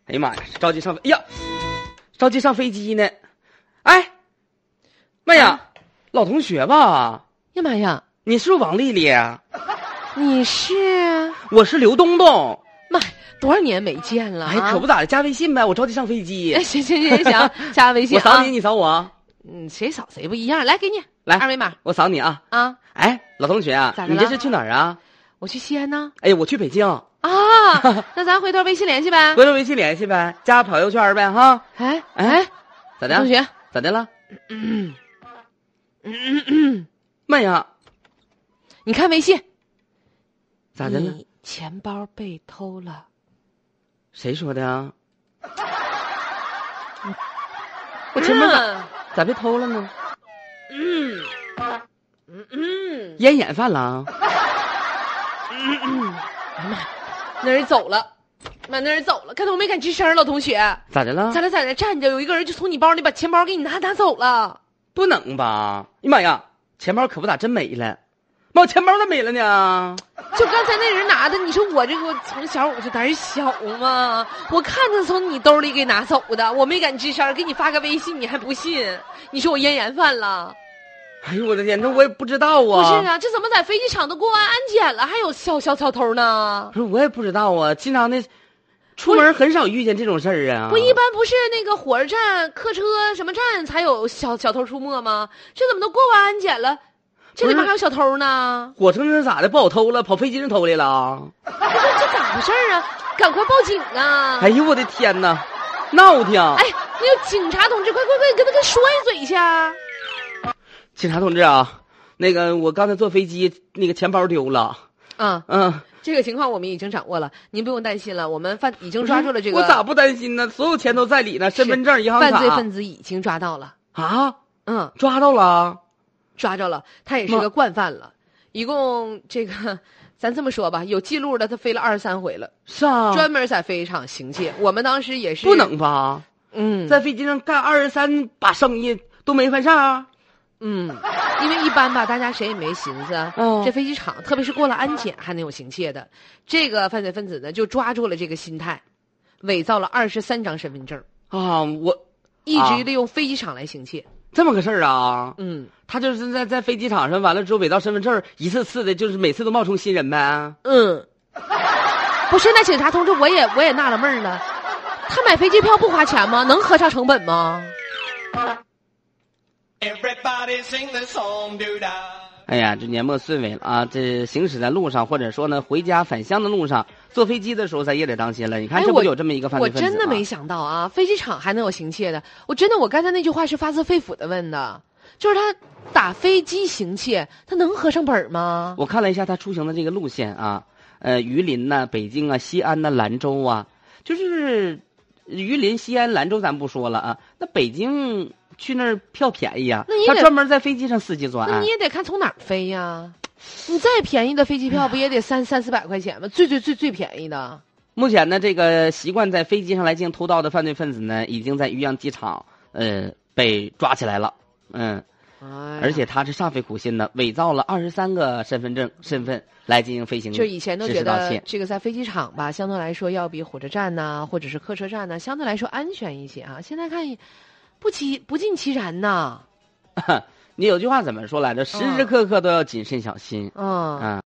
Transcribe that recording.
哎呀妈呀，着急上飞，哎呀，着急上飞机呢。哎，妈呀，老同学吧？ 呀妈呀， 你是不是王丽丽？ 你是？ 我是刘东东。 妈，多少年没见了、啊？ 哎，可不咋的，加微信呗，我着急上飞机。 哎，行，加微信、啊。 我扫你，你扫我。 谁扫谁不一样？来，给你来二维码， 我扫你啊。 啊， 哎，老同学啊， 咋的了你这是去哪儿啊？ 我去西安呢。 哎，我去北京。 啊，那咱回头微信联系呗。 回头微信联系呗，加朋友圈呗哈。 哎， 咋的？ 同学， 咋的了？妈呀， 你看微信， 咋的了？ 你钱包被偷了。 谁说的啊？我钱包咋被偷了呢？烟瘾犯了啊？ 哎呀妈，那人走了，妈，那人走了，看他我没敢吱声，老同学。 咋的了？ 咱俩在那站着，有一个人就从你包里把钱包给你拿走了。 不能吧？哎呀妈呀，钱包可不咋真没了，妈，我钱包咋没了呢？ 就刚才那人拿的，你说我这个从小我就胆小嘛，我看他从你兜里给拿走的，我没敢吱声，给你发个微信你还不信？你说我咽炎犯了？ 哎呦我的天，这我也不知道啊。 不是啊，这怎么在飞机场都过完安检了，还有小偷呢？ 不是，我也不知道啊，经常的出门很少遇见这种事儿啊。 不，一般不是那个火车站、客车什么站才有小偷出没吗？这怎么都过完安检了，这里面还有小偷呢？ 火车站咋的？不好偷了，跑飞机上偷来了？ 这咋回事啊？赶快报警啊！ 哎呦我的天哪，闹挺！ 哎，那个警察同志，快跟他说一嘴去啊！ 警察同志啊，那个我刚才坐飞机，那个钱包丢了。 这个情况我们已经掌握了，您不用担心了。我们已经抓住了这个。 我咋不担心呢？所有钱都在里呢，身份证、银行卡。 犯罪分子已经抓到了啊！抓到了， 抓着了，他也是个惯犯了。一共这个，咱这么说吧，有记录的他飞了23回了。 是啊， 专门在飞机场行窃。我们当时也是。 不能吧？在飞机上干23把生意都没犯事儿。 因为一般吧，大家谁也没寻思，这飞机场特别是过了安检还能有行窃的。这个犯罪分子呢，就抓住了这个心态，伪造了23张身份证啊！我一直利用飞机场来行窃， 这么个事儿啊？他就是在飞机场上完了之后伪造身份证，一次次的，就是每次都冒充新人呗。 不是，那警察同志，我也纳了闷了，他买飞机票不花钱吗？能核查成本吗？ 哎呀，这年末岁尾了啊！这行驶在路上，或者说呢回家返乡的路上，坐飞机的时候咱也得当心了。你看，这不有这么一个犯罪分子吗？ 我真的没想到啊，飞机场还能有行窃的。我刚才那句话是发自肺腑的问的，就是他打飞机行窃，他能合上本吗？ 我看了一下他出行的这个路线啊，榆林呐、北京啊、西安呐、兰州啊，就是榆林、西安、兰州咱不说了啊，那北京。去那儿票便宜啊，他专门在飞机上伺机作案。 那你也得看从哪儿飞呀？你再便宜的飞机票不也得300-400块钱吗？最便宜的。 目前呢，这个习惯在飞机上来进行偷盗的犯罪分子呢，已经在渔阳机场被抓起来了。而且他是煞费苦心的，伪造了23个身份来进行飞行。 就以前都觉得这个在飞机场吧，相对来说要比火车站呐，或者是客车站呢，相对来说安全一些啊。现在看。不尽其然呐。 你有句话怎么说来着？时时刻刻都要谨慎小心。